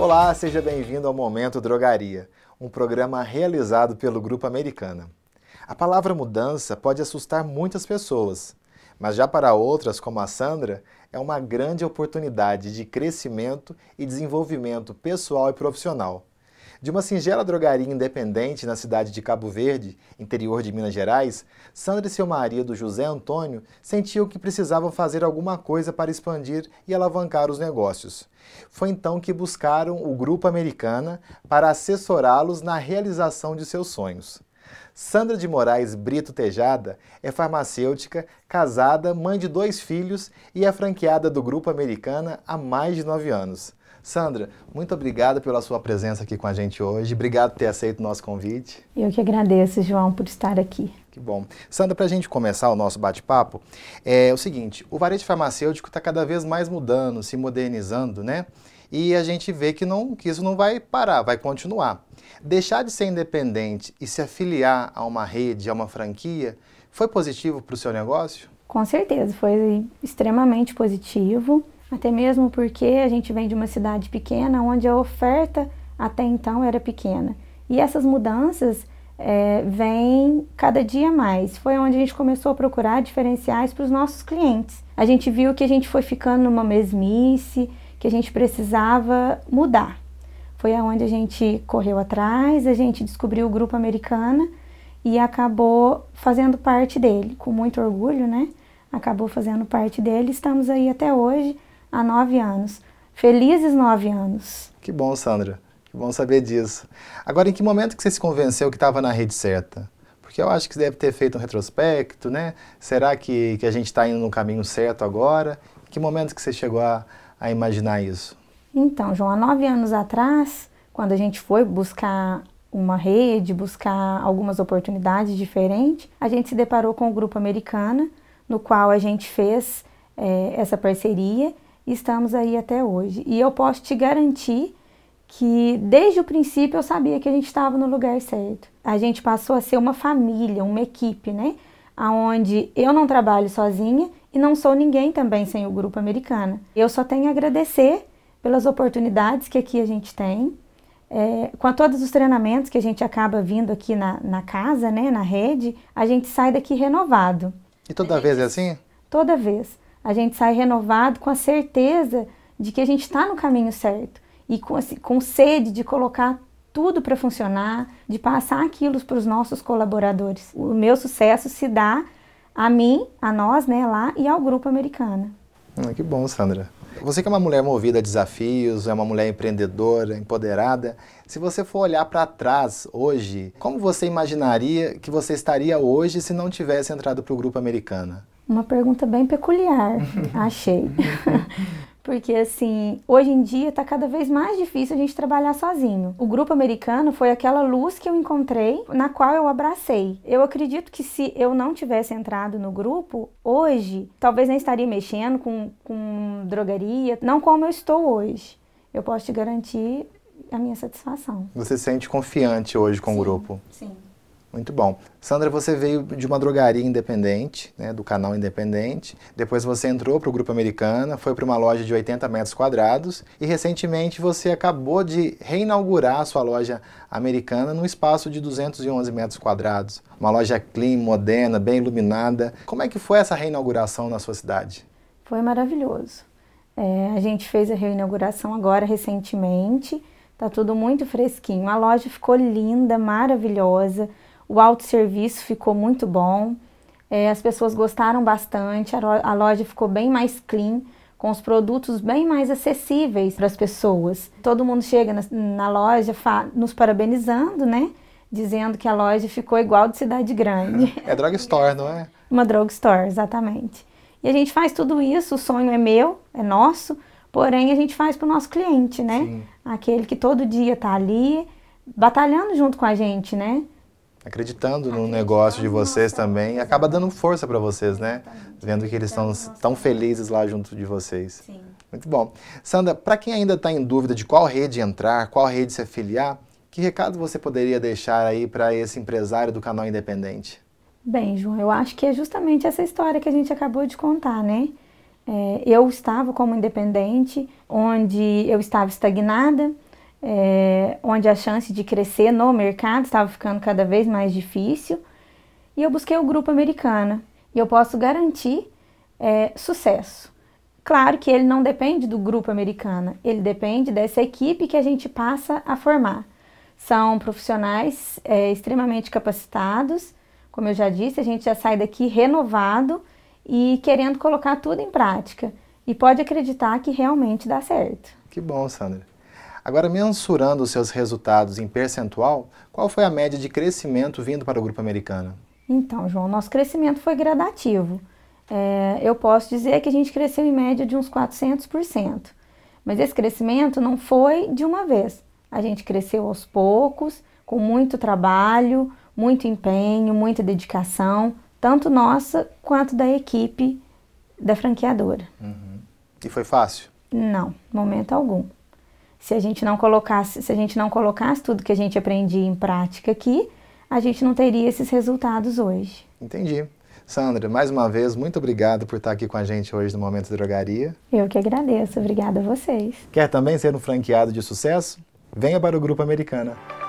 Olá, seja bem-vindo ao Momento Drogaria, um programa realizado pelo Grupo Americana. A palavra mudança pode assustar muitas pessoas, mas já para outras, como a Sandra, é uma grande oportunidade de crescimento e desenvolvimento pessoal e profissional. De uma singela drogaria independente na cidade de Cabo Verde, interior de Minas Gerais, Sandra e seu marido, José Antônio, sentiam que precisavam fazer alguma coisa para expandir e alavancar os negócios. Foi então que buscaram o Grupo Americana para assessorá-los na realização de seus sonhos. Sandra de Moraes Brito Tejada é farmacêutica, casada, mãe de 2 filhos e é franqueada do Grupo Americana há mais de 9 anos. Sandra, muito obrigada pela sua presença aqui com a gente hoje. Obrigado por ter aceito o nosso convite. Eu que agradeço, João, por estar aqui. Que bom. Sandra, para a gente começar o nosso bate-papo, é o seguinte, o varejo farmacêutico está cada vez mais mudando, se modernizando, né? E a gente vê que isso não vai parar, vai continuar. Deixar de ser independente e se afiliar a uma rede, a uma franquia, foi positivo para o seu negócio? Com certeza, foi extremamente positivo. Até mesmo porque a gente vem de uma cidade pequena, onde a oferta até então era pequena. E essas mudanças vêm cada dia mais. Foi onde a gente começou a procurar diferenciais para os nossos clientes. A gente viu que a gente foi ficando numa mesmice, que a gente precisava mudar. Foi onde a gente correu atrás, a gente descobriu o Grupo Americana e acabou fazendo parte dele. Com muito orgulho, né? Acabou fazendo parte dele. Estamos aí até hoje, há 9 anos. Felizes 9 anos. Que bom, Sandra. Que bom saber disso. Agora, em que momento que você se convenceu que estava na rede certa? Porque eu acho que você deve ter feito um retrospecto, né? Será que a gente está indo no caminho certo agora? Em que momento que você chegou a imaginar isso? Então, João, há 9 anos atrás, quando a gente foi buscar uma rede, buscar algumas oportunidades diferentes, a gente se deparou com o Grupo Americana, no qual a gente fez essa parceria e estamos aí até hoje. E eu posso te garantir que desde o princípio eu sabia que a gente estava no lugar certo. A gente passou a ser uma família, uma equipe, né? Onde eu não trabalho sozinha e não sou ninguém também sem o Grupo Americana. Eu só tenho a agradecer pelas oportunidades que aqui a gente tem, com todos os treinamentos que a gente acaba vindo aqui na casa, né? Na rede, a gente sai daqui renovado. E toda vez é assim? Toda vez. A gente sai renovado com a certeza de que a gente está no caminho certo e com sede de colocar tudo para funcionar, de passar aquilo para os nossos colaboradores. O meu sucesso se dá a mim, a nós, né, lá e ao Grupo Americana. Que bom, Sandra. Você que é uma mulher movida a desafios, é uma mulher empreendedora, empoderada. Se você for olhar para trás hoje, como você imaginaria que você estaria hoje se não tivesse entrado para o Grupo Americana? Uma pergunta bem peculiar, achei. Porque, assim, hoje em dia está cada vez mais difícil a gente trabalhar sozinho. O Grupo Americano foi aquela luz que eu encontrei, na qual eu abracei. Eu acredito que se eu não tivesse entrado no grupo, hoje, talvez nem estaria mexendo com drogaria, não como eu estou hoje. Eu posso te garantir a minha satisfação. Você se sente confiante hoje com o grupo? Sim. Muito bom. Sandra, você veio de uma drogaria independente, né, do canal independente. Depois você entrou para o Grupo Americana, foi para uma loja de 80 metros quadrados e recentemente você acabou de reinaugurar a sua loja americana num espaço de 211 metros quadrados. Uma loja clean, moderna, bem iluminada. Como é que foi essa reinauguração na sua cidade? Foi maravilhoso. A gente fez a reinauguração agora recentemente. Tá tudo muito fresquinho. A loja ficou linda, maravilhosa. O autosserviço ficou muito bom, as pessoas gostaram bastante, a loja ficou bem mais clean, com os produtos bem mais acessíveis para as pessoas. Todo mundo chega na loja nos parabenizando, né? Dizendo que a loja ficou igual de cidade grande. É drugstore, não é? Uma drugstore, exatamente. E a gente faz tudo isso, o sonho é meu, é nosso, porém a gente faz para o nosso cliente, né? Sim. Aquele que todo dia está ali, batalhando junto com a gente, né? Acreditando no negócio de vocês também, acaba dando força para vocês, né? Vendo que eles estão tão felizes lá junto de vocês. Sim. Muito bom. Sandra, para quem ainda está em dúvida de qual rede entrar, qual rede se afiliar, que recado você poderia deixar aí para esse empresário do canal independente? Bem, João, eu acho que é justamente essa história que a gente acabou de contar, né? Eu estava como independente, onde eu estava estagnada, onde a chance de crescer no mercado estava ficando cada vez mais difícil. E eu busquei o Grupo Americana. E eu posso garantir sucesso. Claro que ele não depende do Grupo Americana, ele depende dessa equipe que a gente passa a formar. São profissionais extremamente capacitados, como eu já disse, a gente já sai daqui renovado e querendo colocar tudo em prática. E pode acreditar que realmente dá certo. Que bom, Sandra. Agora, mensurando os seus resultados em percentual, qual foi a média de crescimento vindo para o Grupo Americana? Então, João, nosso crescimento foi gradativo. Eu posso dizer que a gente cresceu em média de uns 400%. Mas esse crescimento não foi de uma vez. A gente cresceu aos poucos, com muito trabalho, muito empenho, muita dedicação, tanto nossa quanto da equipe da franqueadora. Uhum. E foi fácil? Não, momento algum. Se a gente não colocasse tudo que a gente aprendia em prática aqui, a gente não teria esses resultados hoje. Entendi. Sandra, mais uma vez, muito obrigado por estar aqui com a gente hoje no Momento Drogaria. Eu que agradeço. Obrigada a vocês. Quer também ser um franqueado de sucesso? Venha para o Grupo Americana.